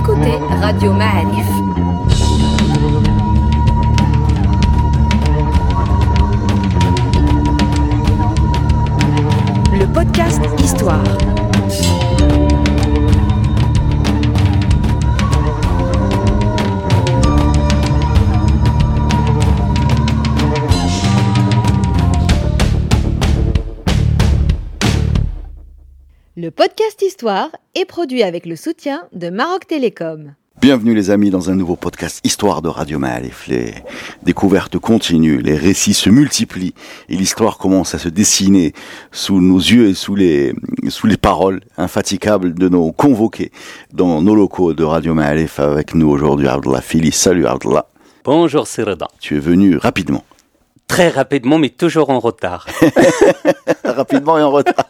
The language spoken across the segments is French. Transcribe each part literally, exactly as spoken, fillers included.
écoutez Radio Ma'arif. Le podcast Histoire. Le podcast Histoire est produit avec le soutien de Maroc Télécom. Bienvenue les amis dans un nouveau podcast Histoire de Radio Ma'arif. Les découvertes continuent, les récits se multiplient et l'histoire commence à se dessiner sous nos yeux et sous les, sous les paroles infatigables de nos convoqués dans nos locaux de Radio Ma'arif. Avec nous aujourd'hui Abdallah Fili. Salut Abdallah. Bonjour Sireda. Tu es venu rapidement. Très rapidement, mais toujours en retard. Rapidement et en retard.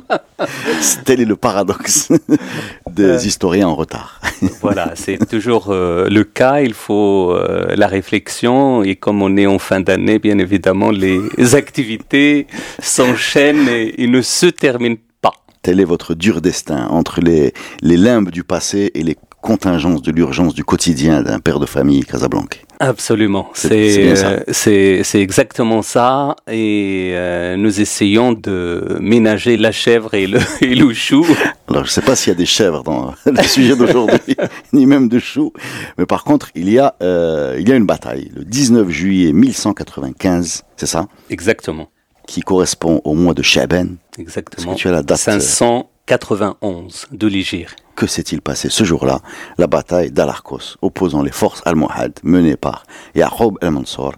Tel est le paradoxe des euh, historiens en retard. Voilà, c'est toujours euh, le cas. Il faut euh, la réflexion. Et comme on est en fin d'année, bien évidemment, les activités s'enchaînent et, et ne se terminent pas. Tel est votre dur destin entre les, les limbes du passé et les contingences de l'urgence du quotidien d'un père de famille casablancais. Absolument, c'est, c'est, c'est, bien ça. Euh, c'est, c'est exactement ça et euh, nous essayons de ménager la chèvre et le, et le chou. Alors je ne sais pas s'il y a des chèvres dans le sujet d'aujourd'hui, ni même de choux, mais par contre il y a, euh, il y a une bataille, le dix-neuf juillet mille cent quatre-vingt-quinze, c'est ça ? Exactement. Qui correspond au mois de Chaban. Exactement. Est-ce que tu as la date ? cinq cent quatre-vingt-onze de l'Hégire. Que s'est-il passé ce jour-là ? La bataille d'Al-Arcos, opposant les forces almohades menées par Yaqub el-Mansour.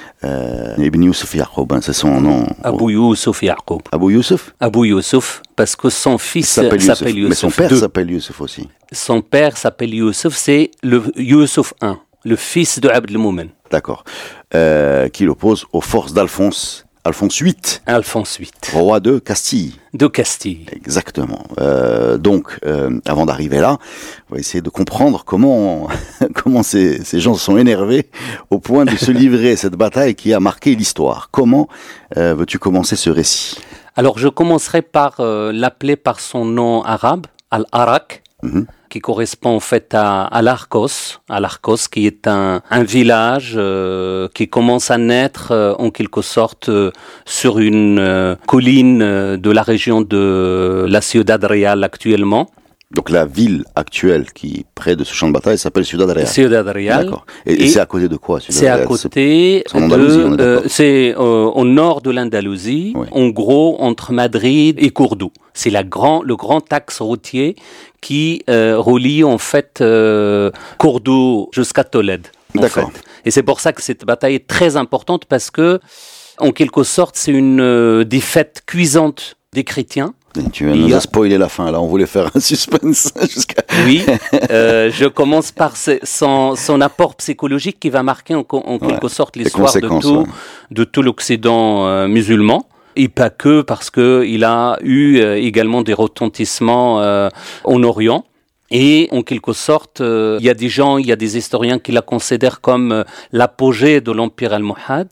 Euh, Ibn Youssouf Yaqub, hein, c'est son nom. Abou Youssouf Yaqub. Abou Youssouf ? Abou Youssouf, parce que son fils s'appelle, s'appelle Youssouf. Mais son père de... s'appelle Youssouf aussi. Son père s'appelle Youssouf, c'est le Youssouf I, le fils de Abd el-Moumen. D'accord. Euh, qui l'oppose aux forces d'Alphonse. Alphonse huit. Alphonse huit. Roi de Castille. De Castille. Exactement. Euh, donc, euh, avant d'arriver là, on va essayer de comprendre comment, comment ces, ces gens se sont énervés au point de se livrer cette bataille qui a marqué l'histoire. Comment euh, veux-tu commencer ce récit ? Alors, je commencerai par euh, l'appeler par son nom arabe, Al-Arak. Mm-hmm. Qui correspond en fait à, à l'Arcos, à l'Arcos qui est un, un village euh, qui commence à naître euh, en quelque sorte euh, sur une euh, colline euh, de la région de la Ciudad Real actuellement. Donc la ville actuelle qui est près de ce champ de bataille s'appelle Ciudad Real. Ciudad Real. D'accord. Et, et, et c'est à côté de quoi Ciudad C'est Real, à côté c'est, c'est de, euh, c'est euh, au nord de l'Andalousie, oui. En gros entre Madrid et Cordoue. C'est la grand, le grand axe routier qui euh, relie en fait euh, Cordoue jusqu'à Tolède. D'accord. Fait. Et c'est pour ça que cette bataille est très importante parce que, en quelque sorte, c'est une euh, défaite cuisante des chrétiens. Et tu nous as spoilé la fin, là, on voulait faire un suspense jusqu'à... Oui, euh, je commence par son, son apport psychologique qui va marquer en, en quelque ouais, sorte l'histoire de tout, ouais. de tout l'Occident euh, musulman. Et pas que, parce qu'il a eu euh, également des retentissements euh, en Orient. Et en quelque sorte, il euh, y a des gens, il y a des historiens qui la considèrent comme euh, l'apogée de l'Empire almohade.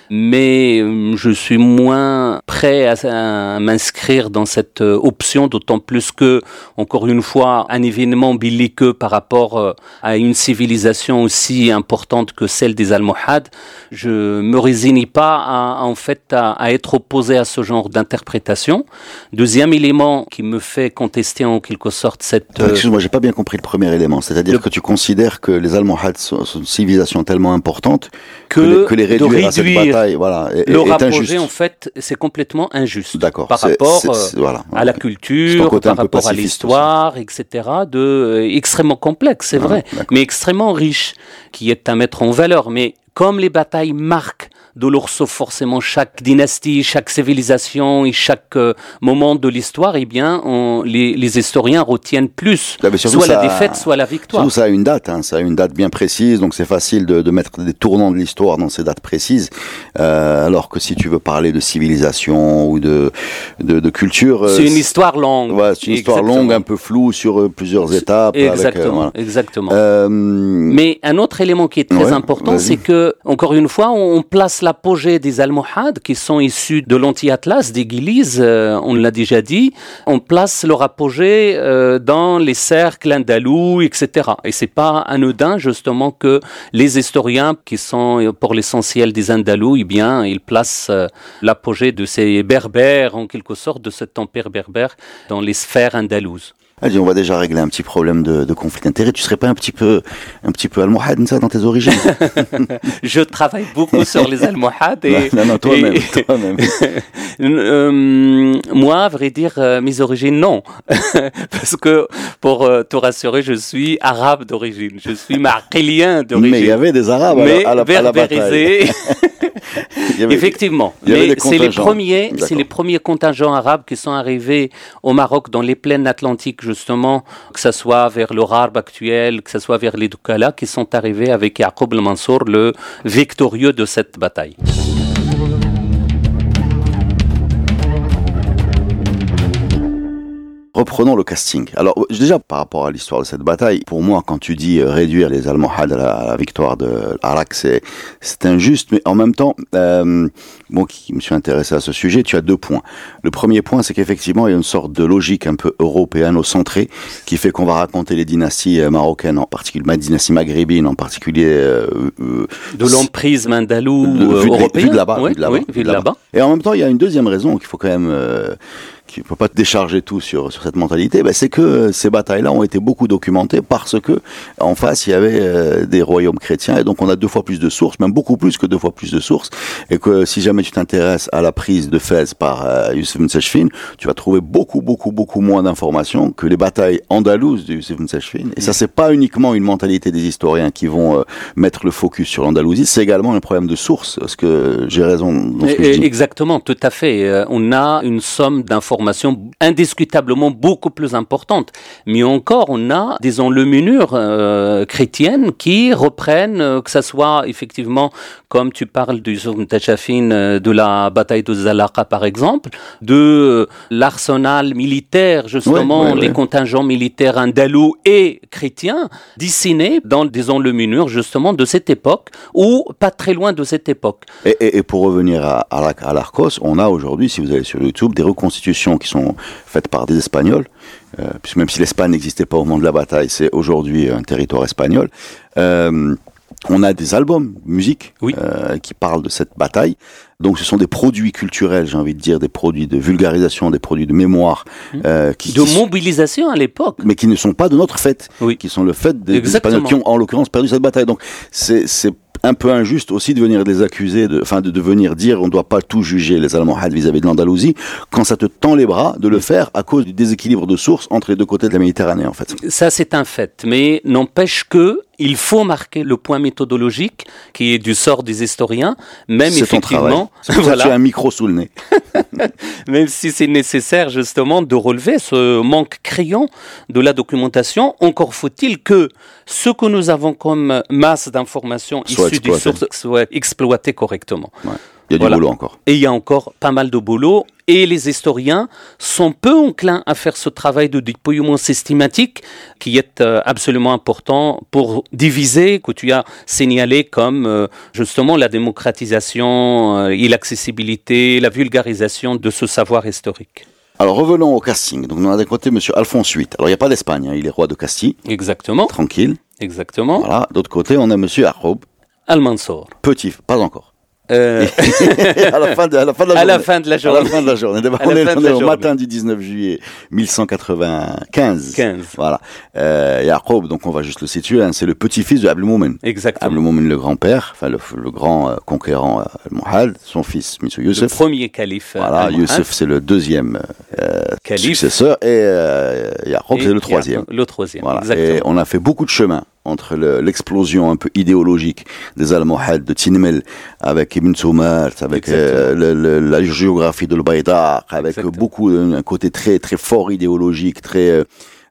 Mais euh, je suis moins prêt à, à m'inscrire dans cette euh, option, d'autant plus que, encore une fois, un événement belliqueux par rapport euh, à une civilisation aussi importante que celle des Almohades, je me résigne pas à, à, en fait à, à être opposé à ce genre d'interprétation. Deuxième élément qui me fait contester en quelque sorte cette... Euh, Excuse-moi, j'ai pas bien compris le premier élément, c'est-à-dire le... que tu considères que les Almohades sont, sont une civilisation tellement importante que, que, les, que les réduire, réduire à cette bataille voilà, est, le est rapprocher, injuste. en fait, c'est complètement injuste. D'accord. Par c'est, rapport c'est, c'est, voilà. à la culture, par rapport à l'histoire, aussi. et cetera, de, euh, extrêmement complexe, c'est ah, vrai, d'accord. mais extrêmement riche, qui est à mettre en valeur. Mais comme les batailles marquent de leur sauf forcément chaque dynastie, chaque civilisation et chaque euh, moment de l'histoire, eh bien, on, les, les historiens retiennent plus, là, soit ça, la défaite, soit la victoire. Surtout, ça a une date, hein, ça a une date bien précise, donc c'est facile de, de mettre des tournants de l'histoire dans ces dates précises, euh, alors que si tu veux parler de civilisation ou de, de, de culture... C'est une histoire longue. Ouais, c'est une histoire exactement. longue, un peu floue sur euh, plusieurs étapes. Exactement, avec, euh, voilà. exactement. Euh, Mais un autre élément qui est très ouais, important, vas-y. c'est que, encore une fois, on, on place l'apogée des Almohades qui sont issus de l'anti-Atlas, des Ghiliz, euh, on l'a déjà dit, on place leur apogée euh, dans les cercles andalous, et cetera. Et c'est pas anodin justement que les historiens qui sont pour l'essentiel des Andalous, eh bien, ils placent euh, l'apogée de ces berbères, en quelque sorte, de cet empire berbère dans les sphères andalouses. Allez, on va déjà régler un petit problème de, de conflit d'intérêts. Tu serais pas un petit peu, un petit peu almohade, ça, dans tes origines? Je travaille beaucoup sur les almohades et... Non, non, toi-même, et, toi-même. euh, moi, à vrai dire, euh, mes origines, non. Parce que, pour euh, te rassurer, je suis arabe d'origine. Je suis marquélien d'origine. Mais il y avait des arabes mais à la, à la bataille. avait, Effectivement. Mais c'est les premiers, c'est les premiers contingents arabes qui sont arrivés au Maroc dans les plaines atlantiques, justement, que ce soit vers le Rarb actuel, que ce soit vers les Doukala, qui sont arrivés avec Yaqub al-Mansour, le victorieux de cette bataille. Reprenons le casting. Alors déjà par rapport à l'histoire de cette bataille, pour moi quand tu dis euh, réduire les Almohades à la, à la victoire de Arak, c'est c'est injuste, mais en même temps, euh, bon, qui me suis intéressé à ce sujet, tu as deux points. Le premier point, c'est qu'effectivement il y a une sorte de logique un peu européano-centrée qui fait qu'on va raconter les dynasties euh, marocaines, en particulier la dynastie maghrébine, en particulier euh, euh, de l'emprise mandalou euh, européen, vu de là-bas, oui, vu de là-bas, oui, vu de là-bas. Et en même temps, il y a une deuxième raison qu'il faut quand même euh, il ne faut pas décharger tout sur, sur cette mentalité, ben c'est que ces batailles-là ont été beaucoup documentées parce que en face, il y avait euh, des royaumes chrétiens et donc on a deux fois plus de sources, même beaucoup plus que deux fois plus de sources, et que si jamais tu t'intéresses à la prise de Fès par euh, Youssef Ben Sechfin, tu vas trouver beaucoup, beaucoup, beaucoup moins d'informations que les batailles andalouses de Youssef Ben Sechfin. Et ça, c'est pas uniquement une mentalité des historiens qui vont euh, mettre le focus sur l'Andalousie, c'est également un problème de source. Est-ce que j'ai raison dans ce que et, je dis? Exactement, tout à fait. Euh, on a une somme d'informations indiscutablement beaucoup plus importante. Mais encore, on a des enluminures euh, chrétiennes qui reprennent, euh, que ce soit effectivement, comme tu parles du Youssef Ben Sechfin, euh, de la bataille de Zalaqa par exemple, de euh, l'arsenal militaire, justement, ouais, ouais, les ouais. contingents militaires andalous et chrétiens, dessinés dans des enluminures justement de cette époque, ou pas très loin de cette époque. Et, et, et pour revenir à, à, à l'Arcos, on a aujourd'hui, si vous allez sur YouTube, des reconstitutions qui sont faites par des Espagnols, euh, puisque même si l'Espagne n'existait pas au moment de la bataille, c'est aujourd'hui un territoire espagnol. Euh, on a des albums, musique, oui. euh, qui parlent de cette bataille. Donc ce sont des produits culturels, j'ai envie de dire, des produits de vulgarisation, des produits de mémoire. Euh, qui, de qui mobilisation à l'époque. Mais qui ne sont pas de notre fait, oui. qui sont le fait des, des Espagnols qui ont en l'occurrence perdu cette bataille. Donc c'est... c'est un peu injuste aussi de venir les accuser, de, enfin de, de venir dire on ne doit pas tout juger les Almohades vis-à-vis de l'Andalousie, quand ça te tend les bras de le faire à cause du déséquilibre de sources entre les deux côtés de la Méditerranée en fait. Ça c'est un fait, mais n'empêche que il faut marquer le point méthodologique qui est du sort des historiens, même c'est effectivement... C'est pour voilà. ça que tu as un micro sous le nez. Même si c'est nécessaire justement de relever ce manque criant de la documentation, encore faut-il que ce que nous avons comme masse d'informations issues des sources soit exploité correctement. Ouais. Il y a voilà. du boulot encore. Et il y a encore pas mal de boulot. Et les historiens sont peu enclins à faire ce travail de dépouillement systématique qui est euh, absolument important pour diviser, que tu as signalé comme euh, justement la démocratisation euh, et l'accessibilité, la vulgarisation de ce savoir historique. Alors revenons au casting. Donc on a d'un côté Monsieur Alphonse huit. Alors il n'y a pas d'Espagne, hein. Il est roi de Castille. Exactement. Tranquille. Exactement. Voilà. D'autre côté on a Monsieur Yaqub al-Mansour. Petit, pas encore. Euh... à, la fin de, à la fin de la à journée. La fin de la journée. À la fin de la journée. On est, on est au matin du dix-neuf juillet mille cent quatre-vingt-quinze. quinze. Voilà. Euh, Yaqub, donc on va juste le situer, hein, c'est le petit-fils de Abdelmoumen. Exactement. Abdelmoumen, le grand-père, enfin le, le grand euh, conquérant euh, Al-Muhad, son fils, M. Youssef. Le premier calife. Voilà, Youssef, c'est le deuxième euh, successeur, et euh, Yaqub, c'est le troisième. Le troisième, voilà. exactement. Et on a fait beaucoup de chemin entre le, l'explosion un peu idéologique des Almohades de Tinmel avec Ibn Soumart, avec euh, le, le, la géographie de l'Baïdar, avec exactement. beaucoup un côté très très fort idéologique, très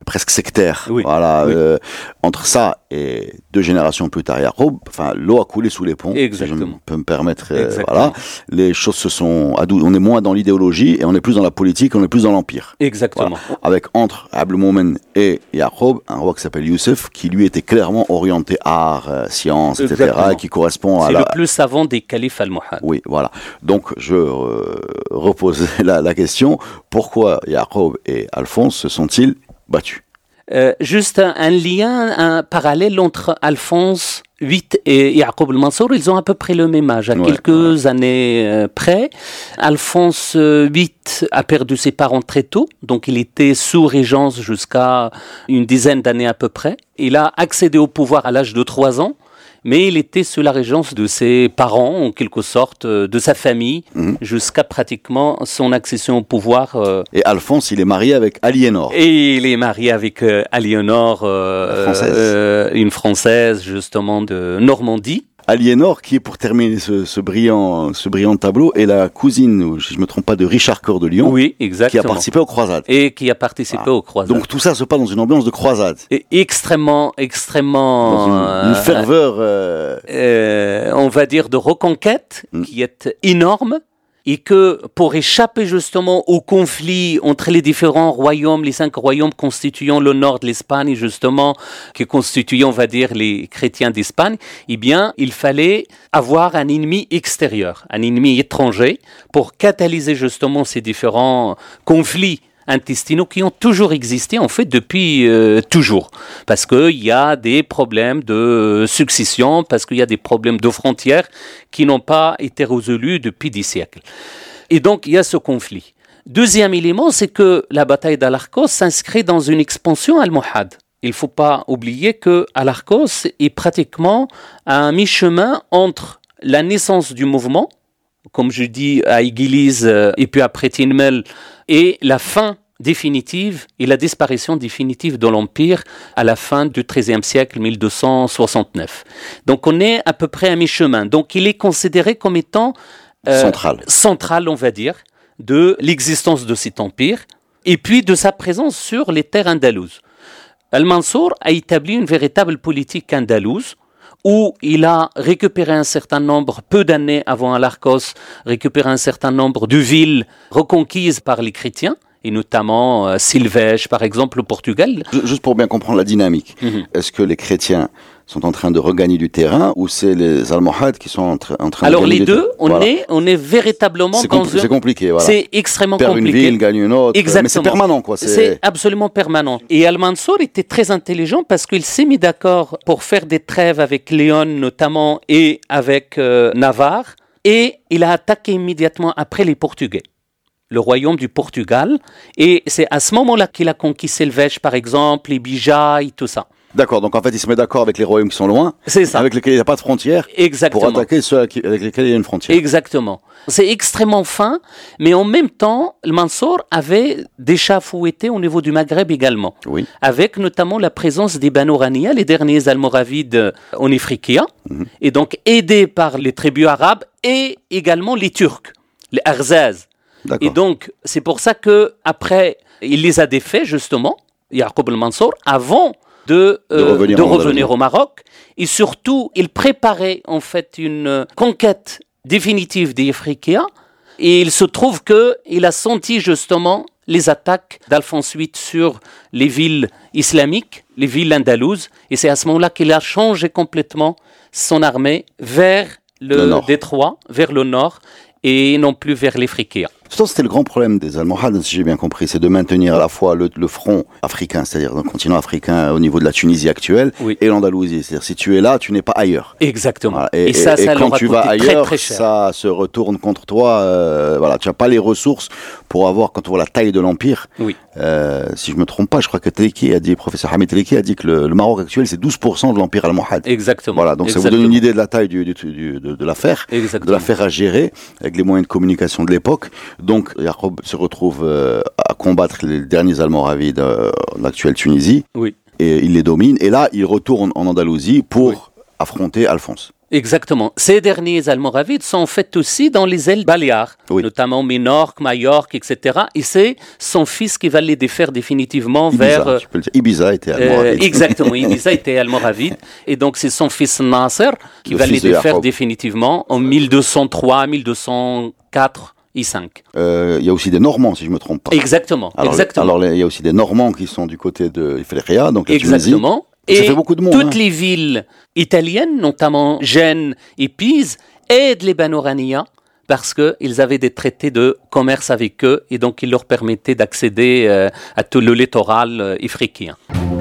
presque sectaire. Oui. Voilà, oui. Euh, entre ça et deux générations plus tard, Yacoub, enfin, l'eau a coulé sous les ponts. Exactement. Si je peux me permettre. Euh, Exactement. voilà, les choses se sont adoucies. On est moins dans l'idéologie et on est plus dans la politique, on est plus dans l'empire. Exactement. Voilà. Avec entre Abdul Moumen et Yacoub, un roi qui s'appelle Youssef, qui lui était clairement orienté art, euh, science, et cetera, Exactement. et qui correspond à C'est la... le plus savant des califes almohades. Oui, voilà. Donc, je euh, repose la, la question, pourquoi Yacoub et Alphonse se sont-ils battus? Euh, juste un, un lien, un parallèle entre Alphonse huit et Yacoub el-Mansour, ils ont à peu près le même âge, à ouais, quelques ouais. années euh, près. Alphonse huit a perdu ses parents très tôt, donc il était sous régence jusqu'à une dizaine d'années à peu près. Il a accédé au pouvoir à l'âge de trois ans, mais il était sous la régence de ses parents, en quelque sorte, de sa famille, mmh. jusqu'à pratiquement son accession au pouvoir. Euh, et Alphonse, il est marié avec Aliénor. Et il est marié avec euh, Aliénor, euh, Française. Euh, une Française, justement, de Normandie. Aliénor, qui est, pour terminer ce, ce brillant, ce brillant tableau, est la cousine, si je ne me trompe pas, de Richard Cœur de Lion. Oui, exactement. Qui a participé aux croisades. Et qui a participé ah. aux croisades. Donc tout ça se passe dans une ambiance de croisade. Et extrêmement, extrêmement... Dans une, une ferveur... Euh... Euh, on va dire de reconquête, mm. qui est énorme. Et que pour échapper justement au conflit entre les différents royaumes, les cinq royaumes constituant le nord de l'Espagne, justement, qui constituent, on va dire, les chrétiens d'Espagne, eh bien, il fallait avoir un ennemi extérieur, un ennemi étranger, pour catalyser justement ces différents conflits intestinaux qui ont toujours existé, en fait, depuis euh, toujours. Parce qu'il y a des problèmes de succession, parce qu'il y a des problèmes de frontières qui n'ont pas été résolus depuis des siècles. Et donc, il y a ce conflit. Deuxième élément, c'est que la bataille d'Alarcos s'inscrit dans une expansion almohade. Il ne faut pas oublier que Alarcos est pratiquement à un mi-chemin entre la naissance du mouvement, comme je dis à Iguiliz euh, et puis après Tinmel, et la fin définitive et la disparition définitive de l'Empire à la fin du treizième siècle, mille deux cent soixante-neuf. Donc on est à peu près à mi-chemin. Donc il est considéré comme étant euh, central. central, on va dire, de l'existence de cet empire et puis de sa présence sur les terres andalouses. Al-Mansour a établi une véritable politique andalouse où il a récupéré un certain nombre, peu d'années avant Alarcos, récupéré un certain nombre de villes reconquises par les chrétiens, et notamment euh, Silvège, par exemple, au Portugal. Juste pour bien comprendre la dynamique, mm-hmm. est-ce que les chrétiens sont en train de regagner du terrain ou c'est les Almohades qui sont en, tra- en train Alors de gagner les du deux, terrain? on, Voilà. est, on est véritablement c'est dans compl- un... C'est compliqué, voilà. C'est extrêmement Perdre compliqué. une ville, gagne une autre, Exactement. mais c'est permanent, quoi. C'est... c'est absolument permanent. Et Al-Mansour était très intelligent parce qu'il s'est mis d'accord pour faire des trêves avec Léon notamment et avec euh, Navarre, et il a attaqué immédiatement après les Portugais, le royaume du Portugal, et c'est à ce moment-là qu'il a conquis Silvège, par exemple, les Bijaï, tout ça. D'accord, donc en fait, il se met d'accord avec les royaumes qui sont loin, c'est ça. avec lesquels il n'y a pas de frontière, Exactement. pour attaquer ceux avec lesquels il y a une frontière. Exactement. C'est extrêmement fin, mais en même temps, le Mansour avait des chats fouettés au niveau du Maghreb également, oui. avec notamment la présence des Banu Rania, les derniers Almoravides en Ifriqiya, mm-hmm. et donc aidés par les tribus arabes et également les Turcs, les Arzaz. D'accord. Et donc, c'est pour ça que après, il les a défaits justement, Yacoub el-Mansour, avant de, euh, de revenir, de revenir au Maroc, et surtout, il préparait en fait une conquête définitive des Ifriqiya, et il se trouve qu'il a senti justement les attaques d'Alphonse huit sur les villes islamiques, les villes andalouses, et c'est à ce moment-là qu'il a changé complètement son armée vers le, le détroit, vers le nord, et non plus vers l'Ifriqiya. C'était le grand problème des Almohades, si j'ai bien compris, c'est de maintenir à la fois le, le front africain, c'est-à-dire le continent africain au niveau de la Tunisie actuelle, oui. et l'Andalousie. C'est-à-dire si tu es là, tu n'es pas ailleurs. Exactement. Voilà. Et, et ça, et, ça et quand tu vas ailleurs, très, très cher. ça se retourne contre toi. Euh, voilà, tu n'as pas les ressources pour avoir, quand on voit la taille de l'empire. Oui. Euh, si je me trompe pas, je crois que Teleki a dit, professeur Hamid Teleki a dit que le, le Maroc actuel, c'est douze pour cent de l'empire almohade. Exactement. Voilà, donc Exactement. ça vous donne une idée de la taille du, du, du, de, de l'affaire, Exactement. de l'affaire à gérer, avec les moyens de communication de l'époque. Donc, Yacoub se retrouve euh, à combattre les derniers Almoravides euh, en actuelle Tunisie. Oui. Et il les domine. Et là, il retourne en Andalousie pour oui. affronter Alphonse. Exactement. Ces derniers Almoravides sont en fait aussi dans les îles Baléares, oui. notamment Minorque, Majorque, et cetera. Et c'est son fils qui va les défaire définitivement Ibiza, vers... Tu peux le dire. Ibiza était Almoravide. Euh, exactement, Ibiza était Almoravide. Et donc c'est son fils Nasser qui le va les défaire définitivement en mille deux cent trois, mille deux cent quatre. I cinq. Il euh, y a aussi des Normands, si je ne me trompe pas. Exactement. Alors, exactement. Alors, il y a aussi des Normands qui sont du côté de Ifriqiya, donc la exactement. Tunisie. Ça et fait beaucoup de monde. Toutes hein. les villes italiennes, notamment Gênes et Pise, aident les Banu Rania parce qu'ils avaient des traités de commerce avec eux et donc ils leur permettaient d'accéder euh, à tout le littoral euh, ifriqien.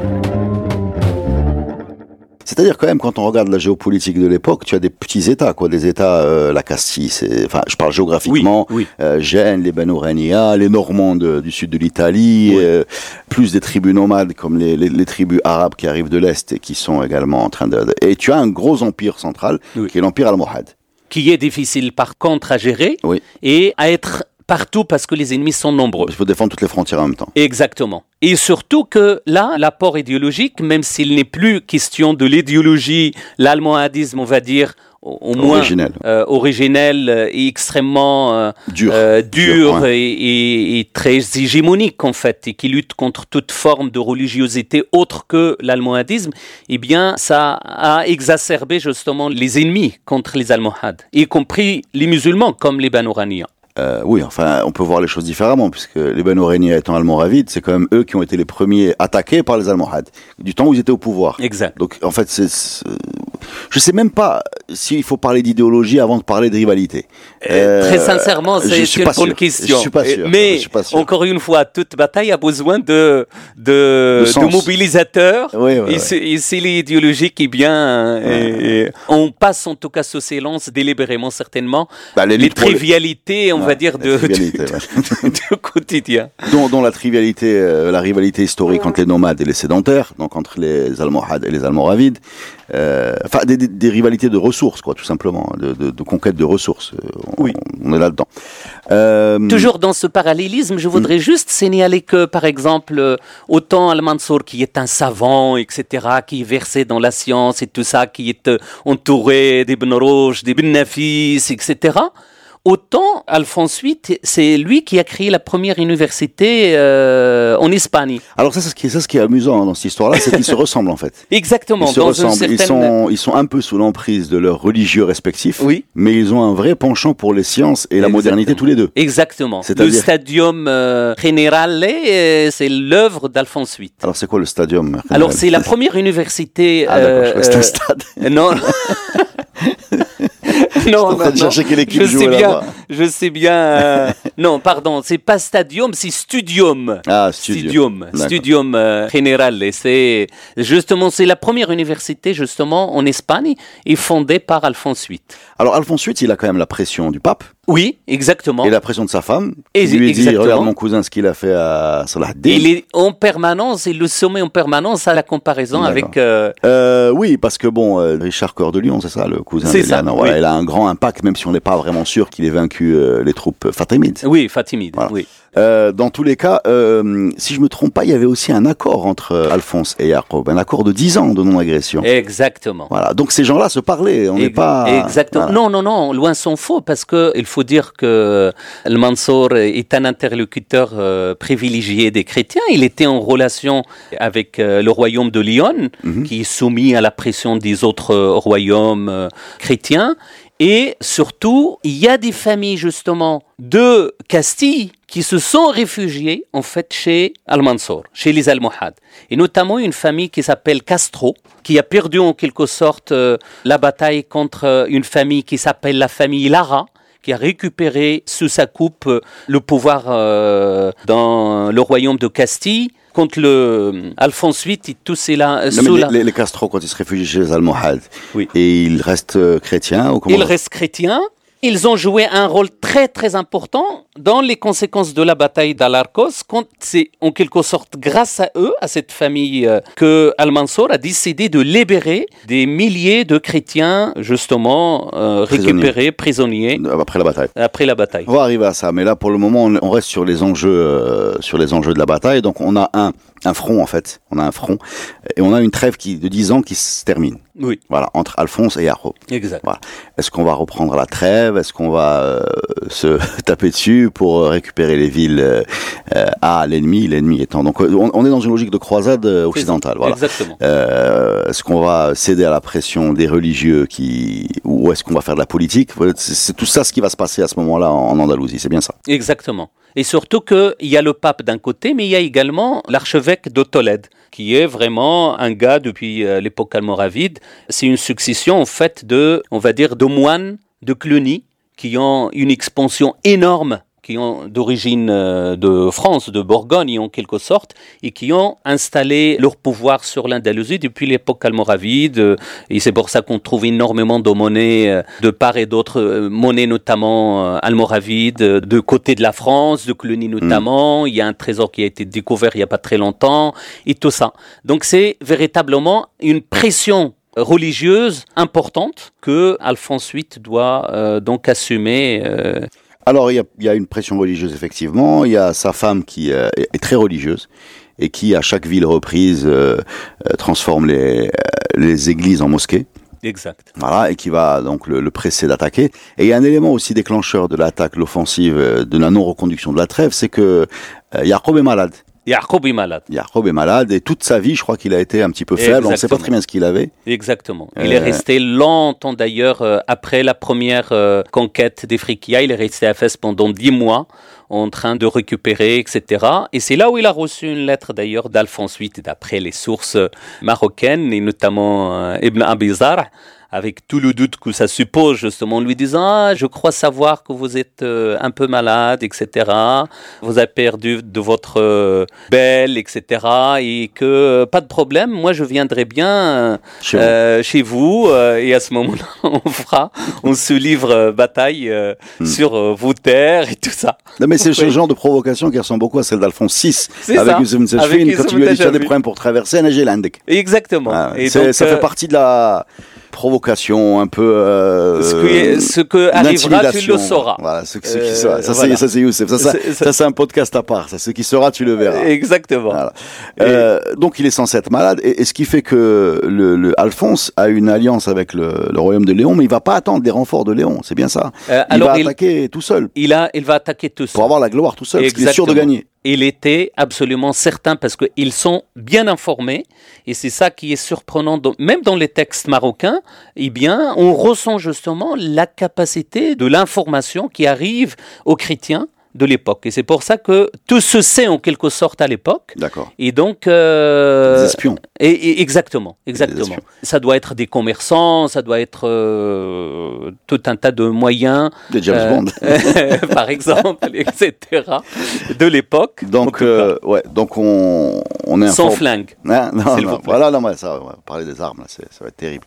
C'est-à-dire quand même, quand on regarde la géopolitique de l'époque, tu as des petits États, quoi, des États, euh, la Castille, c'est, enfin, je parle géographiquement, oui, oui. Euh, Gênes, les Banu Rania, les Normands de, du sud de l'Italie, oui. euh, plus des tribus nomades comme les, les, les tribus arabes qui arrivent de l'Est et qui sont également en train de... Et tu as un gros empire central, oui. qui est l'empire almohade. Qui est difficile par contre à gérer oui. et à être... partout parce que les ennemis sont nombreux. Il faut défendre toutes les frontières en même temps. Exactement. Et surtout que là, l'apport idéologique, même s'il n'est plus question de l'idéologie, l'almohadisme, on va dire, au, au moins originel, euh, originel et extrêmement euh, dur, euh, dur, dur ouais. et, et, et très hégémonique en fait, et qui lutte contre toute forme de religiosité autre que l'almohadisme, eh bien, ça a exacerbé justement les ennemis contre les almohades, y compris les musulmans comme les Banu Rania. Euh, oui, enfin, on peut voir les choses différemment, puisque les Banu Rania étant almoravides, c'est quand même eux qui ont été les premiers attaqués par les Almohades, du temps où ils étaient au pouvoir. Exact. Donc, en fait, c'est, c'est... je sais même pas s'il faut parler d'idéologie avant de parler de rivalité. Euh, Très sincèrement, c'est une bonne question. Je suis pas sûr. Mais, je suis pas sûr. Encore une fois, toute bataille a besoin de, de, de, de mobilisateurs. Oui, oui, et, oui. C'est, et c'est l'idéologie qui bien, ouais. et, et on passe en tout cas sous silence délibérément, certainement, bah, les trivialités, les... on on va dire, de, de, ouais. de quotidien. Dont, dont la trivialité, euh, la rivalité historique entre les nomades et les sédentaires, donc entre les Almohades et les Almoravides, euh, enfin des, des, des rivalités de ressources, quoi, tout simplement, de, de, de conquête de ressources. On, oui. on est là-dedans. Euh... Toujours dans ce parallélisme, je voudrais mmh. juste signaler que, par exemple, autant Al-Mansour, qui est un savant, et cetera, qui est versé dans la science et tout ça, qui est entouré d'Ibn Rushd, d'Ibn Nafis, et cetera, autant Alphonse huit, c'est lui qui a créé la première université euh, en Espagne. Alors ça, c'est ce qui est, ça, ce qui est amusant dans cette histoire-là, c'est qu'ils se ressemblent en fait. Exactement. Ils se ressemblent. Certaine... Ils sont, ils sont un peu sous l'emprise de leurs religieux respectifs. Oui. Mais ils ont un vrai penchant pour les sciences et la Exactement. modernité tous les deux. Exactement. C'est-à-dire... Le Stadium euh, Generale, euh, c'est l'œuvre d'Alphonse huit. Alors c'est quoi le Stadium Generale? Alors c'est la première université. Ah d'accord. Euh, c'est un stade. Euh, non. Non, non, non. Je sais bien, je sais bien. Euh, non, pardon, c'est pas Stadium, c'est Studium. Ah, Studium. Studium, Studium euh, Generale. Et c'est justement, c'est la première université justement en Espagne et fondée par Alphonse huit. Alors Alphonse huit, il a quand même la pression du pape. Oui, exactement. Et la pression de sa femme. Et il lui exactement. dit, regarde mon cousin, ce qu'il a fait à Salah ad-Din. Il est en permanence, il le soumet en permanence à la comparaison D'accord. avec... Euh... Euh, oui, parce que bon, euh, Richard Cœur de Lion, c'est ça, le cousin d'Eliane. Voilà, oui. Il a un grand impact, même si on n'est pas vraiment sûr qu'il ait vaincu euh, les troupes fatimides. Oui, fatimides, voilà. oui. Euh, dans tous les cas, euh, si je me trompe pas, il y avait aussi un accord entre euh, Alphonse et Jacob, un accord de dix ans de non-agression. Exactement. Voilà, donc ces gens-là se parlaient, on n'est Ex- pas... Exactement. Voilà. Non, non, non, loin s'en faut, parce que il faut dire que le Mansour est un interlocuteur euh, privilégié des chrétiens. Il était en relation avec euh, le royaume de Lyon, mm-hmm. qui est soumis à la pression des autres euh, royaumes euh, chrétiens. Et surtout, il y a des familles justement de Castille qui se sont réfugiées en fait chez Al-Mansour, chez les Almohades. Et notamment une famille qui s'appelle Castro, qui a perdu en quelque sorte euh, la bataille contre euh, une famille qui s'appelle la famille Lara, qui a récupéré sous sa coupe euh, le pouvoir euh, dans le royaume de Castille. Contre le Alphonse huit et tout cela. Non, mais les, les, les Castro, quand ils se réfugient chez les Almohades, oui. et ils restent euh, chrétiens ou comment? Ils restent chrétiens. Ils ont joué un rôle très très très important dans les conséquences de la bataille d'Al-Arcos, quand c'est en quelque sorte grâce à eux, à cette famille, euh, que Al-Mansour a décidé de libérer des milliers de chrétiens justement euh, récupérés, prisonniers. Après la bataille. Après la bataille. On va arriver à ça, mais là pour le moment on reste sur les enjeux, euh, sur les enjeux de la bataille. Donc on a un, un front en fait, on a un front et on a une trêve qui, de dix ans qui se termine. Oui. Voilà, entre Alphonse et Yaqub. Exact. Voilà. Est-ce qu'on va reprendre la trêve? Est-ce qu'on va euh, se taper dessus pour récupérer les villes euh, à l'ennemi, l'ennemi étant... Donc on, on est dans une logique de croisade occidentale. Voilà. Exactement. Euh, est-ce qu'on va céder à la pression des religieux qui, ou est-ce qu'on va faire de la politique? C'est, c'est tout ça ce qui va se passer à ce moment-là en, en Andalousie, c'est bien ça? Exactement. Et surtout qu'il y a le pape d'un côté, mais il y a également l'archevêque de Tolède, qui est vraiment un gars depuis euh, l'époque almoravide. C'est une succession, en fait, de, on va dire, de moines de Cluny, qui ont une expansion énorme, qui ont d'origine euh, de France, de Bourgogne en quelque sorte, et qui ont installé leur pouvoir sur l'Andalousie depuis l'époque almoravide. Euh, et c'est pour ça qu'on trouve énormément de monnaies euh, de part et d'autre, euh, monnaies notamment euh, almoravides, euh, de côté de la France, de Cluny notamment. Mmh. Il y a un trésor qui a été découvert il n'y a pas très longtemps, et tout ça. Donc c'est véritablement une pression religieuse importante que Alphonse huit doit euh, donc assumer. Euh, Alors, il y, a, il y a une pression religieuse, effectivement. Il y a sa femme qui euh, est très religieuse et qui, à chaque ville reprise, euh, euh, transforme les, euh, les églises en mosquées. Exact. Voilà, et qui va donc le, le presser d'attaquer. Et il y a un élément aussi déclencheur de l'attaque, l'offensive, euh, de la non-reconduction de la trêve, c'est que euh, Yaqub est malade. Yaqub est malade. Yaqub est malade et toute sa vie, je crois qu'il a été un petit peu faible. Exactement. On ne sait pas très bien ce qu'il avait. Exactement. Il euh... est resté longtemps d'ailleurs, euh, après la première euh, conquête d'Ifriqiya, il est resté à Fès pendant dix mois en train de récupérer, et cetera. Et c'est là où il a reçu une lettre d'ailleurs d'Alphonse huit, d'après les sources marocaines, et notamment euh, Ibn Abi Zar', avec tout le doute que ça suppose, justement, en lui disant « Ah, je crois savoir que vous êtes euh, un peu malade, et cetera. Vous avez perdu de votre euh, belle, et cetera. Et que, euh, pas de problème, moi je viendrai bien euh, chez, euh, chez vous. Euh, et à ce moment-là, on fera, on se livre euh, bataille euh, hmm. sur euh, vos terres et tout ça. » Non, mais c'est ce genre de provocation qui ressemble beaucoup à celle d'Alphonse six, c'est avec Youssef Msachfine, quand tu lui as dit tu as des problèmes pour traverser Nagelandek. Exactement. Ah, et donc, ça euh... fait partie de la provocation un peu euh, ce, que, ce que arrivera tu le sauras, voilà ce, ce qui sera. Ça, voilà. c'est, ça c'est Youssef, ça, ça, c'est, ça c'est un podcast à part, ça, ce qui sera tu le verras exactement. Voilà. Euh, donc il est censé être malade et, et ce qui fait que le, le Alphonse a une alliance avec le, le royaume de Léon, mais il va pas attendre des renforts de Léon, c'est bien ça. euh, il alors va il, attaquer tout seul il, a, il va attaquer tout seul pour avoir la gloire tout seul. Exactement. Parce qu'il est sûr de gagner. Il était absolument certain parce qu'ils sont bien informés et c'est ça qui est surprenant. Même dans les textes marocains, eh bien, on ressent justement la capacité de l'information qui arrive aux chrétiens de l'époque. Et c'est pour ça que tout se sait en quelque sorte à l'époque. D'accord. Et donc... Euh, des espions. Et, et exactement, exactement. Ça doit être des commerçants, ça doit être euh, tout un tas de moyens. Des James euh, Bond. Euh, par exemple, et cetera. De l'époque. Donc, euh, ouais, donc on, on est... Sans inform... flingue. Hein non, non, voilà, non, mais ça, on va parler des armes, là, c'est, ça va être terrible.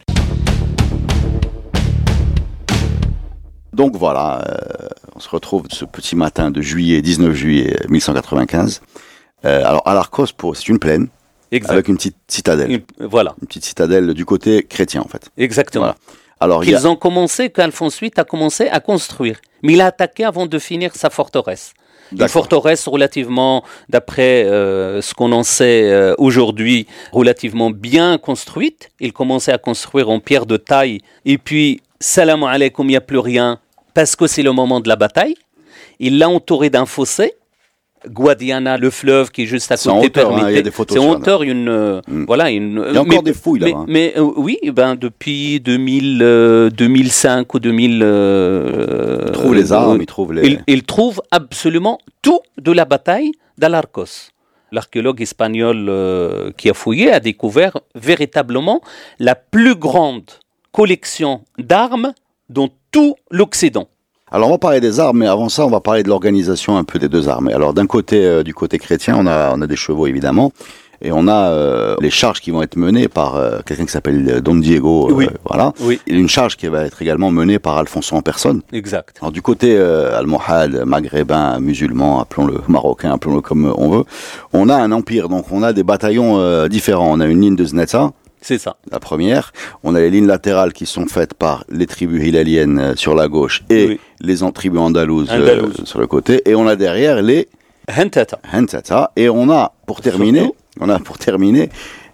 Donc voilà, euh, on se retrouve ce petit matin de juillet, dix-neuf juillet mille cent quatre-vingt-quinze. Euh, alors, Al-Arcos, c'est une plaine, exact. Avec une petite citadelle. Une, voilà. Une petite citadelle du côté chrétien, en fait. Exactement. Voilà. Alors, Qu'ils a... ont commencé, qu'Alphonse huit a commencé à construire. Mais il a attaqué avant de finir sa forteresse. D'accord. Une forteresse relativement, d'après euh, ce qu'on en sait euh, aujourd'hui, relativement bien construite. Il commençait à construire en pierre de taille. Et puis, salam alaikum, il n'y a plus rien. Parce que c'est le moment de la bataille. Il l'a entouré d'un fossé. Guadiana, le fleuve qui est juste à côté, permettait. Hein, il y a des photos. C'est en hauteur, une, euh, mm. voilà, une. Il y a encore mais, des fouilles là. Mais, hein. mais euh, oui, ben depuis deux mille, euh, deux mille cinq ou deux mille. Euh, il trouve les armes, euh, il trouve les. Il, il trouve absolument tout de la bataille d'Al-Arcos. L'archéologue espagnol euh, qui a fouillé a découvert véritablement la plus grande collection d'armes dans tout l'Occident. Alors on va parler des armes, mais avant ça, on va parler de l'organisation un peu des deux armées. Alors d'un côté, euh, du côté chrétien, on a, on a des chevaux évidemment, Et on a euh, les charges qui vont être menées par euh, quelqu'un qui s'appelle Don Diego, euh, oui. voilà. Oui. Et une charge qui va être également menée par Alfonso en personne. Exact. Alors du côté euh, almohade, maghrébin, musulman, appelons-le marocain, appelons-le comme on veut, on a un empire, donc on a des bataillons euh, différents. On a une ligne de Zneta. C'est ça. La première. On a les lignes latérales qui sont faites par les tribus hilaliennes euh, sur la gauche et oui. les tribus andalouses euh, sur le côté. Et on a derrière les Hentata. Hentata. Et on a, pour terminer, Surtout. on a pour terminer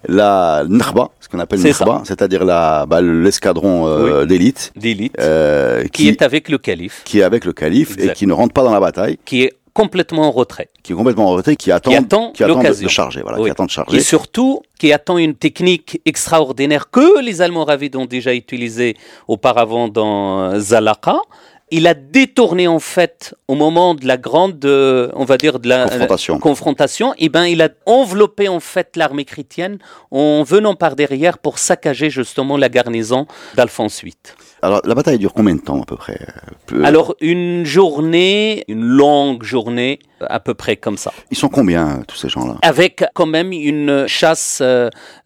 la Nakhba, ce qu'on appelle Nakhba, c'est-à-dire la, bah, l'escadron euh, oui. d'élite. D'élite. Euh, qui, qui est avec le calife. Qui est avec le calife exact. Et qui ne rentre pas dans la bataille. Qui est complètement en retrait. Qui est complètement en retrait, qui attend, qui attend, qui attend de, de charger, voilà, oui. qui attend de charger. Et surtout, qui attend une technique extraordinaire que les Almoravides ont déjà utilisée auparavant dans Zalaqa. Il a détourné en fait au moment de la grande, euh, on va dire de la confrontation. Euh, confrontation. Et ben il a enveloppé en fait l'armée chrétienne en venant par derrière pour saccager justement la garnison d'Alphonse huit. Alors la bataille dure combien de temps à peu près? Peu... Alors une journée, une longue journée, à peu près comme ça. Ils sont combien tous ces gens-là? Avec quand même une chasse. Euh,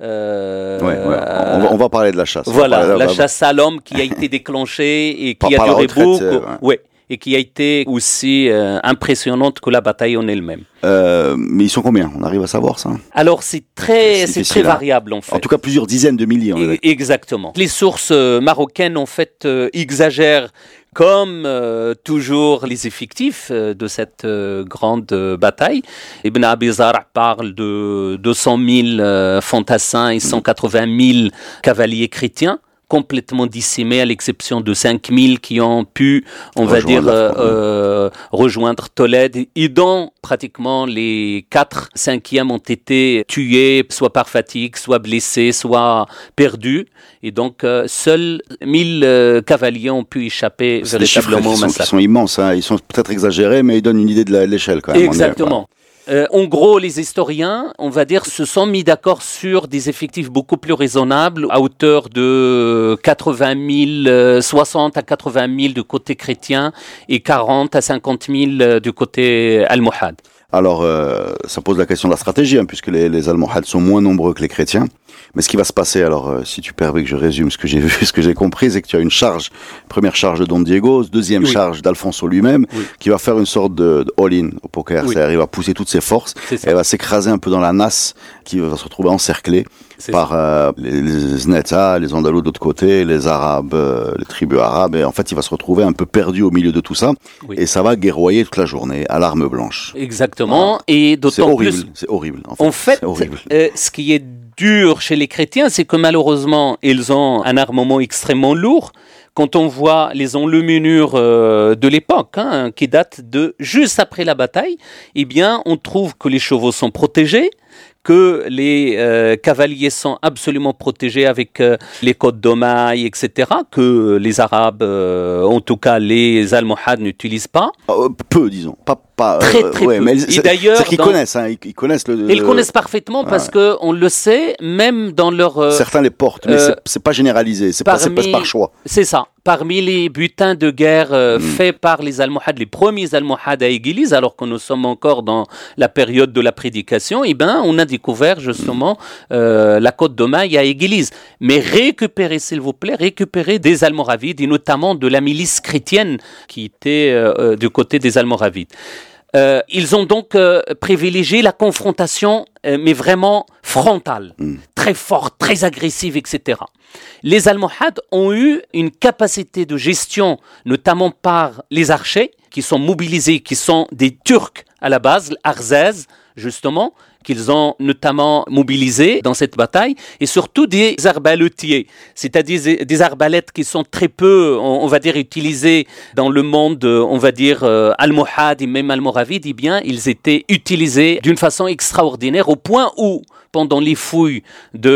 euh, ouais, ouais. On, va, on va parler de la chasse. Voilà, de la, la chasse à l'homme qui a été déclenchée et qui par, a duré beaucoup. Euh, ouais. Ouais. Et qui a été aussi euh, impressionnante que la bataille en elle-même. Euh, mais ils sont combien? On arrive à savoir ça? Alors c'est très, c'est, c'est très variable en fait. En tout cas plusieurs dizaines de milliers. Et, exactement. Les sources euh, marocaines en fait euh, exagèrent comme euh, toujours les effectifs euh, de cette euh, grande euh, bataille. Ibn Abi Zar' parle de deux cent mille euh, fantassins et cent quatre-vingt mille cavaliers chrétiens, complètement dissémés à l'exception de cinq mille qui ont pu, on rejoindre va dire, euh, euh, rejoindre Tolède et dont pratiquement les quatre cinquièmes ont été tués, soit par fatigue, soit blessés, soit perdus. Et donc, euh, seuls mille euh, cavaliers ont pu échapper c'est véritablement au massacre. Ils sont immenses, hein. Ils sont peut-être exagérés, mais ils donnent une idée de, la, de l'échelle quand même. Exactement. Euh, en gros, les historiens, on va dire, se sont mis d'accord sur des effectifs beaucoup plus raisonnables, à hauteur de quatre-vingt mille, euh, soixante à quatre-vingt mille du côté chrétien et quarante à cinquante mille du côté almohade. Alors, euh, ça pose la question de la stratégie, hein, puisque les, les almohades sont moins nombreux que les chrétiens. Mais ce qui va se passer, alors, euh, si tu permets que je résume ce que j'ai vu, ce que j'ai compris, c'est que tu as une charge, première charge de Don Diego, deuxième oui. charge d'Alfonso lui-même, oui. qui va faire une sorte de, de all-in au poker. Oui. C'est-à-dire, il va pousser toutes ses forces, elle va s'écraser un peu dans la nasse, qui va se retrouver encerclée c'est par euh, les, les Zneta, les Andalous de l'autre côté, les Arabes, euh, les tribus arabes. Et en fait, il va se retrouver un peu perdu au milieu de tout ça. Oui. Et ça va guerroyer toute la journée à l'arme blanche. Exactement. Ah. Et d'autant c'est horrible, plus. C'est horrible. En fait, en fait horrible. Euh, ce qui est dur chez les chrétiens, c'est que malheureusement, ils ont un armement extrêmement lourd. Quand on voit les enluminures euh, de l'époque, hein, qui datent de juste après la bataille, eh bien, on trouve que les chevaux sont protégés, que les euh, cavaliers sont absolument protégés avec euh, les côtes d'Omaï, et cetera, que les Arabes, euh, en tout cas les Almohades, n'utilisent pas. Euh, peu, disons. Pas, pas, très, très ouais, peu. Mais et d'ailleurs, c'est qu'ils dans... connaissent, hein, ils, ils connaissent le. Ils le connaissent parfaitement ouais. parce que on le sait, même dans leur. Euh, Certains les portent, mais c'est, c'est pas généralisé, c'est parmi, pas, c'est pas par choix. C'est ça. Parmi les butins de guerre euh, mm. faits par les Almohades, les premiers Almohades à Église, alors que nous sommes encore dans la période de la prédication, eh ben, on a découvert justement mm. euh, la côte d'Omaï à Église. Mais récupérez, s'il vous plaît, récupérez des Almoravides et notamment de la milice chrétienne qui était euh, du côté des Almoravides. Euh, ils ont donc euh, privilégié la confrontation, euh, mais vraiment frontale, mm. très forte, très agressive, et cetera. Les Almohades ont eu une capacité de gestion, notamment par les archers, qui sont mobilisés, qui sont des Turcs à la base, Arzaz, justement, qu'ils ont notamment mobilisés dans cette bataille, et surtout des arbaletiers, c'est-à-dire des arbalètes qui sont très peu, on va dire, utilisées dans le monde, on va dire, euh, almohade et même almoravide, eh bien, ils étaient utilisés d'une façon extraordinaire, au point où, pendant les fouilles de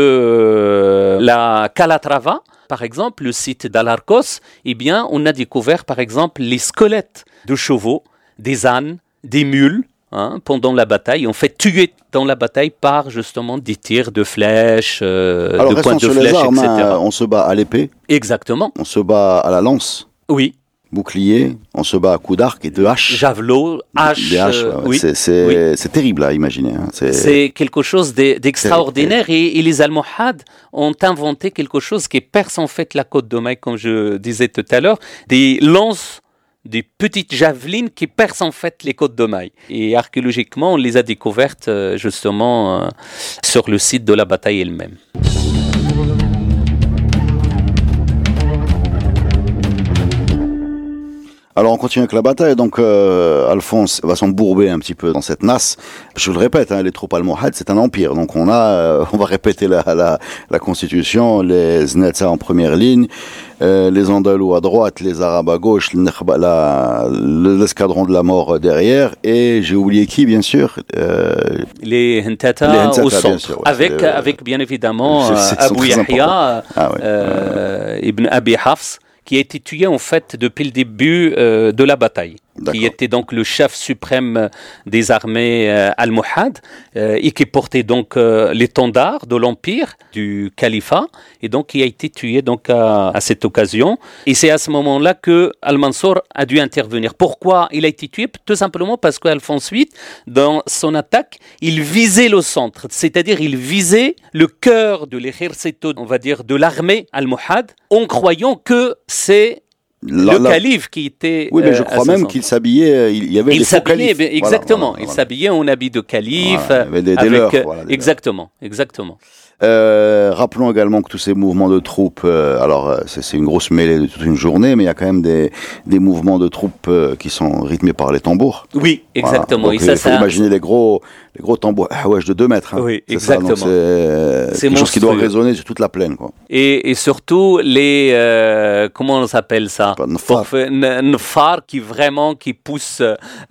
euh, la Calatrava, par exemple, le site d'Alarcos, eh bien, on a découvert, par exemple, les squelettes de chevaux, des ânes, des mules, Hein, pendant la bataille, on fait tuer dans la bataille par justement des tirs de flèches, euh, Alors, de pointes de sur flèches, les armes, et cetera. Hein, on se bat à l'épée. Exactement. On se bat à la lance. Oui. bouclier, on se bat à coups d'arc et de hache. Javelot, hache. Des haches, euh, ouais, oui. c'est, c'est, oui. c'est terrible à imaginer. Hein. C'est... c'est quelque chose d'extraordinaire et, et les Almohades ont inventé quelque chose qui perce en fait la côte d'Omaï, comme je disais tout à l'heure, des lances, des petites javelines qui percent en fait les côtes d'Omaï. Et archéologiquement, on les a découvertes justement euh, sur le site de la bataille elle-même. Alors on continue avec la bataille, donc euh, Alphonse va s'embourber un petit peu dans cette nasse. Je le répète, hein, les troupes almohades, c'est un empire, donc on a, euh, on va répéter la, la, la constitution, les Znetsa en première ligne, euh, les Andalous à droite, les Arabes à gauche, la, l'escadron de la mort derrière, et j'ai oublié qui bien sûr euh, Les Hentata au centre, sûr, ouais, avec, euh, avec bien évidemment c'est, c'est Abou Yahya, ah, ouais. euh, Ibn Abi Hafs, qui a été tué en fait depuis le début euh, de la bataille, D'accord. qui était donc le chef suprême des armées euh, almohades euh, et qui portait donc euh, l'étendard de l'empire du califat et donc qui a été tué donc à, à cette occasion. Et c'est à ce moment-là que Al-Mansour a dû intervenir. Pourquoi il a été tué? Tout simplement parce qu'Alphonse huit, dans son attaque, il visait le centre, c'est-à-dire il visait le cœur de l'exército, on va dire, de l'armée almohade, en croyant que c'est la, le la... calife qui était. Oui, mais je crois euh, même qu'il s'habillait. Il y avait il des faux califes. Exactement. Voilà, voilà, il voilà. s'habillait en habit de calife. Voilà, il y avait des, des avec, leurs, voilà, des exactement, leurs. exactement. Euh, rappelons également que tous ces mouvements de troupes, euh, alors c'est, c'est une grosse mêlée de toute une journée, mais il y a quand même des, des mouvements de troupes euh, qui sont rythmés par les tambours. Oui, exactement. Voilà. Donc, et il ça, faut ça... imaginer les gros, les gros tambours, ah ouais, de deux mètres. Hein. Oui, c'est exactement. Ça, donc c'est, c'est quelque chose qui doit résonner sur toute la plaine, quoi. Et, et surtout les, euh, comment on s'appelle ça? Nfar, qui vraiment qui pousse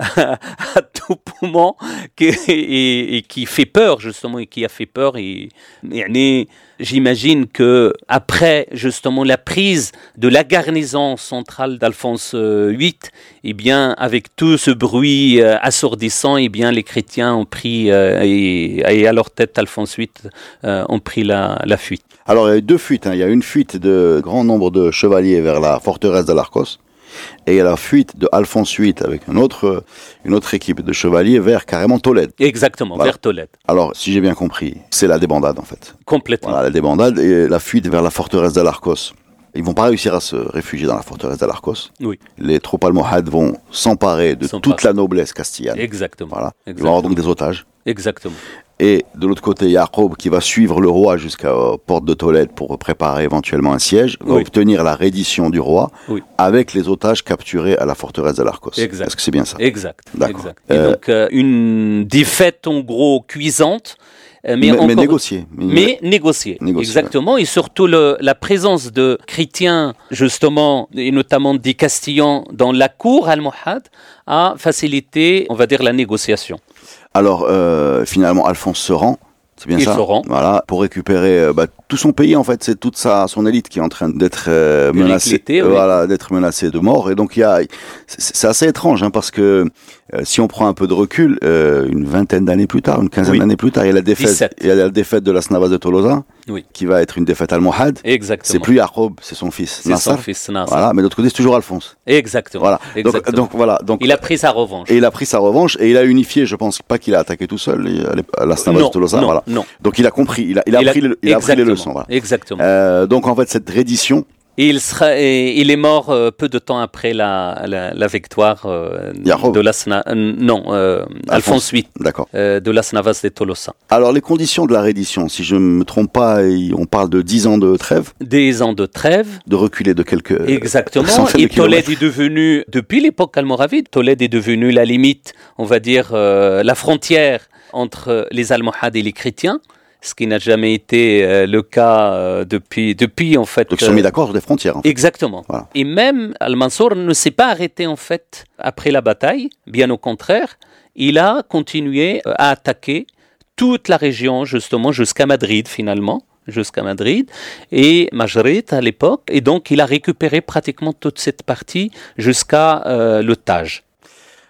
à tout poumon, qui, et, et qui fait peur justement et qui a fait peur et, et j'imagine que après justement la prise de la garnison centrale d'Alphonse huit, eh bien avec tout ce bruit euh, assourdissant, eh bien les chrétiens ont pris euh, et, et à leur tête Alphonse huit euh, ont pris la, la fuite. Alors il y a eu deux fuites, hein. Il y a une fuite de grand nombre de chevaliers vers la forteresse d'Alarcos. Et il y a la fuite de Alphonse huit avec une autre, une autre équipe de chevaliers vers carrément Tolède. Exactement, voilà. Vers Tolède. Alors, si j'ai bien compris, c'est la débandade en fait. Complètement. Voilà, la débandade et la fuite vers la forteresse d'Alarcos. Ils vont pas réussir à se réfugier dans la forteresse d'Alarcos. Oui. Les troupes almohades vont s'emparer de s'emparer. toute la noblesse castillane. Exactement. Voilà. Exactement. Ils vont avoir donc des otages. Exactement. Et de l'autre côté, Yacoub qui va suivre le roi jusqu'à la porte de Tolède pour préparer éventuellement un siège, va oui. obtenir la reddition du roi oui. avec les otages capturés à la forteresse d'Alarcos. Exact. Est-ce que c'est bien ça? Exact. D'accord. Exact. Et euh, donc, euh, une défaite en gros cuisante, mais, mais, encore... mais négociée. Mais négociée, exactement. Ouais. Et surtout le, la présence de chrétiens, justement, et notamment des Castillans dans la cour almohade, a facilité, on va dire, la négociation. Alors, euh, finalement, Alphonse se rend, c'est bien Il ça. se rend. Voilà, pour récupérer euh, bah, tout son pays, en fait, c'est toute sa, son élite qui est en train d'être euh, menacée, oui. voilà, d'être menacée de mort. Et donc, il y a, c'est, c'est assez étrange, hein, parce que euh, si on prend un peu de recul, euh, une vingtaine d'années plus tard, une quinzaine oui. d'années plus tard, il y a la défaite, il y a la défaite de Las Navas de Tolosa. Oui. Qui va être une défaite almohade. Exactement. C'est plus Yacoub, c'est son fils c'est Nassar. Son fils Nassar. Voilà, mais d'autre côté, c'est toujours Alphonse. Exactement. Voilà. Exactement. Donc, donc voilà. Donc il a pris sa revanche. Et il a pris sa revanche et il a unifié. Je pense pas qu'il a attaqué tout seul. La Navas de Tolosa. Non, voilà. non. Donc il a compris. Il a, il a, il appris, a... le, il a appris les leçons. Voilà. Exactement. Euh, donc en fait, cette reddition. Et il, sera, et il est mort euh, peu de temps après la, la, la victoire euh, de Las Na- euh, non, euh, Alphonse huit, d'accord. Euh, de Las Navas de Tolosa. Alors les conditions de la reddition, si je ne me trompe pas, on parle de dix ans de trêve. dix ans de trêve. De reculer de quelques Exactement. Et Tolède est devenu, depuis l'époque almoravide, Tolède est devenu la limite, on va dire, euh, la frontière entre les Almohades et les chrétiens. Ce qui n'a jamais été euh, le cas euh, depuis, depuis en fait. Donc ils sont mis d'accord sur des frontières. En fait. Exactement. Voilà. Et même Al-Mansour ne s'est pas arrêté en fait après la bataille. Bien au contraire, il a continué euh, à attaquer toute la région justement jusqu'à Madrid finalement, jusqu'à Madrid et Majrid à l'époque. Et donc il a récupéré pratiquement toute cette partie jusqu'à euh, le Taj.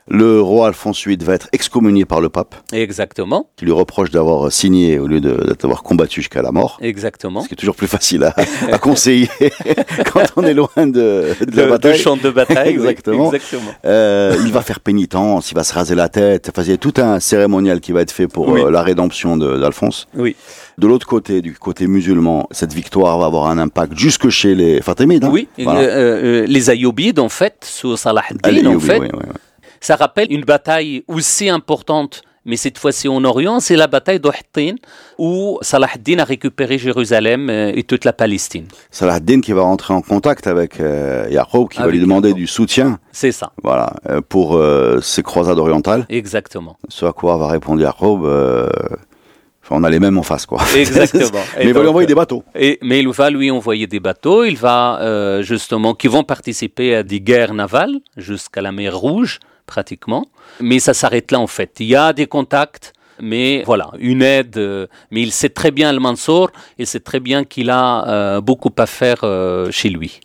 Le roi Alphonse huit va être excommunié par le pape. Exactement. Qui lui reproche d'avoir signé au lieu de, d'avoir combattu jusqu'à la mort. Exactement. Ce qui est toujours plus facile à, à conseiller quand on est loin de, de la de, bataille. De champ de bataille. Exactement. Oui, exactement. Euh, il va faire pénitence, il va se raser la tête. Enfin, il y a tout un cérémonial qui va être fait pour oui. euh, la rédemption de, d'Alphonse. Oui. De l'autre côté, du côté musulman, cette victoire va avoir un impact jusque chez les Fatimides. Hein. Oui. Voilà. Euh, euh, les Ayyoubides, en fait, sous Salah ad-Din, en fait. Oui, oui, oui. Ça rappelle une bataille aussi importante, mais cette fois-ci en Orient, c'est la bataille d'Uhtin, où Salah ad-Din a récupéré Jérusalem et toute la Palestine. Salah ad-Din qui va rentrer en contact avec euh, Yaqub, qui avec va lui demander Yaqub. Du soutien. C'est ça. Voilà, euh, pour euh, ses croisades orientales. Exactement. Ce à quoi va répondre Yaqub. Euh, on a les mêmes en face, quoi. Exactement. Mais il va lui envoyer des bateaux. Et, mais il va lui envoyer des bateaux. Il va euh, justement, qui vont participer à des guerres navales jusqu'à la mer Rouge, pratiquement. Mais ça s'arrête là, en fait. Il y a des contacts, mais voilà, une aide. Euh, mais il sait très bien, le Mansour, il sait très bien qu'il a euh, beaucoup à faire euh, chez lui.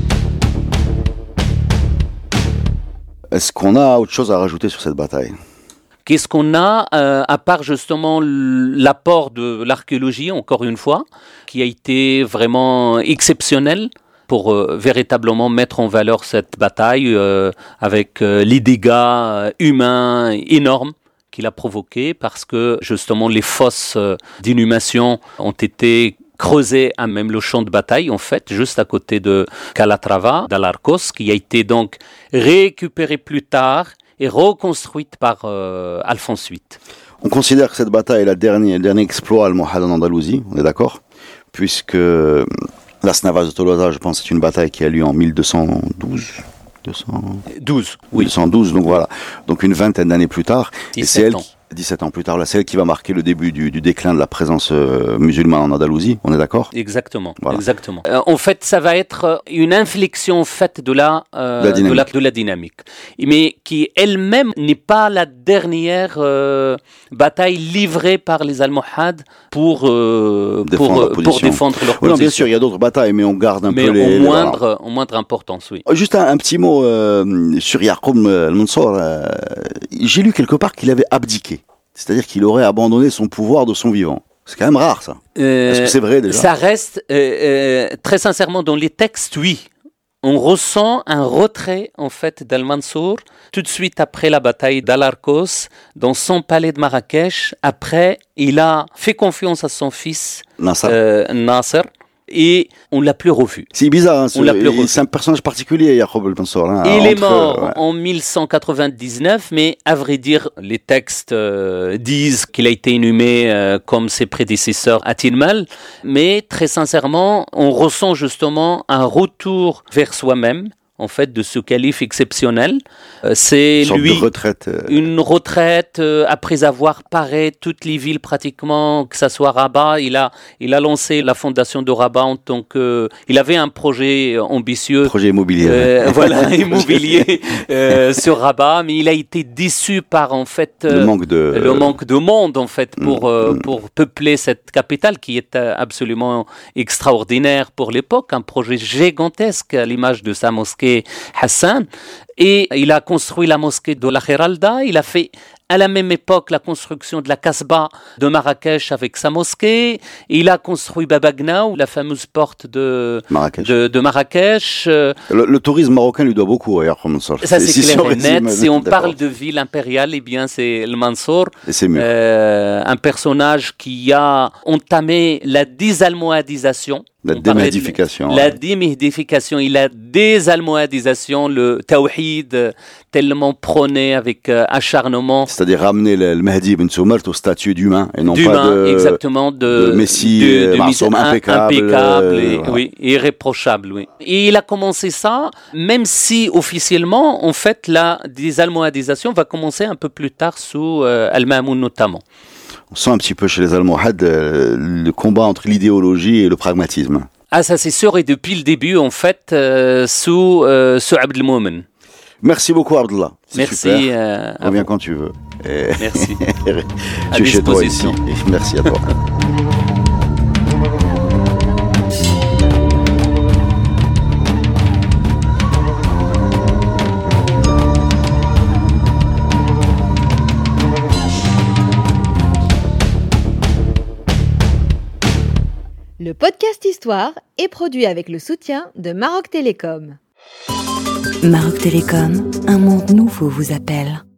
Est-ce qu'on a autre chose à rajouter sur cette bataille ? Qu'est-ce qu'on a, euh, à part justement l'apport de l'archéologie, encore une fois, qui a été vraiment exceptionnel pour euh, véritablement mettre en valeur cette bataille euh, avec euh, les dégâts humains énormes qu'il a provoqués, parce que justement les fosses d'inhumation ont été creusées à même le champ de bataille, en fait, juste à côté de Calatrava, d'Alarcos, qui a été donc récupéré plus tard et reconstruite par euh, Alphonse huit. On considère que cette bataille est la dernière, le dernier exploit almohade en Andalousie, on est d'accord ? Puisque la Snavaz de Tolosa, je pense, c'est une bataille qui a lieu en mille deux cent douze. deux cents... douze, oui. deux cent douze, donc voilà. Donc une vingtaine d'années plus tard. Et c'est elle qui, dix-sept ans plus tard, là, c'est elle qui va marquer le début du, du déclin de la présence euh, musulmane en Andalousie, on est d'accord ? Exactement, voilà. Exactement. Euh, en fait, ça va être une inflexion faite de la, euh, la de, la, de la dynamique, mais qui elle-même n'est pas la dernière euh, bataille livrée par les Almohades pour, euh, défendre pour, pour défendre leur oui, position. Non, bien sûr, il y a d'autres batailles, mais on garde un mais peu les... Mais moindre, en moindre importance, oui. Juste un, un petit mot euh, sur Yaqub al-Mansour. Euh, j'ai lu quelque part qu'il avait abdiqué. C'est-à-dire qu'il aurait abandonné son pouvoir de son vivant. C'est quand même rare, ça. Euh, Est-ce que c'est vrai, déjà ? Ça reste, euh, euh, très sincèrement, dans les textes, oui. On ressent un retrait, en fait, d'Al-Mansour, tout de suite après la bataille d'Alarcos, dans son palais de Marrakech. Après, il a fait confiance à son fils, Nasser. Euh, Nasser. Et on ne l'a plus revu. C'est bizarre, hein, c'est, c'est un personnage particulier, Yaqub al-Mansour. Hein, il est mort eux, ouais. en mille cent quatre-vingt-dix-neuf, mais à vrai dire, les textes euh, disent qu'il a été inhumé euh, comme ses prédécesseurs à Tilmal, mais très sincèrement, on ressent justement un retour vers soi-même, en fait, de ce calife exceptionnel. Euh, c'est une lui, de retraite, euh... une retraite euh, après avoir paré toutes les villes pratiquement, que ça soit Rabat. Il a, il a lancé la fondation de Rabat en tant que, il avait un projet ambitieux, projet immobilier, euh, voilà, immobilier euh, sur Rabat, mais il a été déçu par en fait euh, le manque de, le manque de monde en fait pour euh, pour peupler cette capitale qui est absolument extraordinaire pour l'époque, un projet gigantesque à l'image de sa mosquée Hassan, et il a construit la mosquée de la Giralda. Il a fait à la même époque la construction de la Kasbah de Marrakech avec sa mosquée. Il a construit Babagnaou, la fameuse porte de Marrakech. De, de Marrakech. Le, le tourisme marocain lui doit beaucoup, d'ailleurs. Ça, c'est si clair et net. Si on d'accord. parle de ville impériale, eh bien, c'est le Mansour. Et c'est mieux. Euh, un personnage qui a entamé la désalmohadisation. La démihdification. De, ouais. La démihdification et la désalmohadisation, le tawhid tellement prôné avec euh, acharnement. C'est-à-dire ramener le, le Mahdi ibn Soumart au statut d'humain et non d'humain, pas de, exactement, de, de Messie de, de Marsoum impeccable. impeccable euh, et, voilà. oui, irréprochable. Oui. Et il a commencé ça, même si officiellement, en fait, la désalmohadisation va commencer un peu plus tard sous euh, Al-Ma'moun notamment. On sent un petit peu chez les Almohades euh, le combat entre l'idéologie et le pragmatisme. Ah, ça c'est sûr, et depuis le début, en fait, euh, sous, euh, sous Abdelmoumen. Merci beaucoup, Abdallah. C'est Merci. Super. Euh, Reviens quand tu veux. Et merci. À tu es chez toi ici. Merci à toi. Le podcast Histoire est produit avec le soutien de Maroc Télécom. Maroc Télécom, un monde nouveau vous appelle.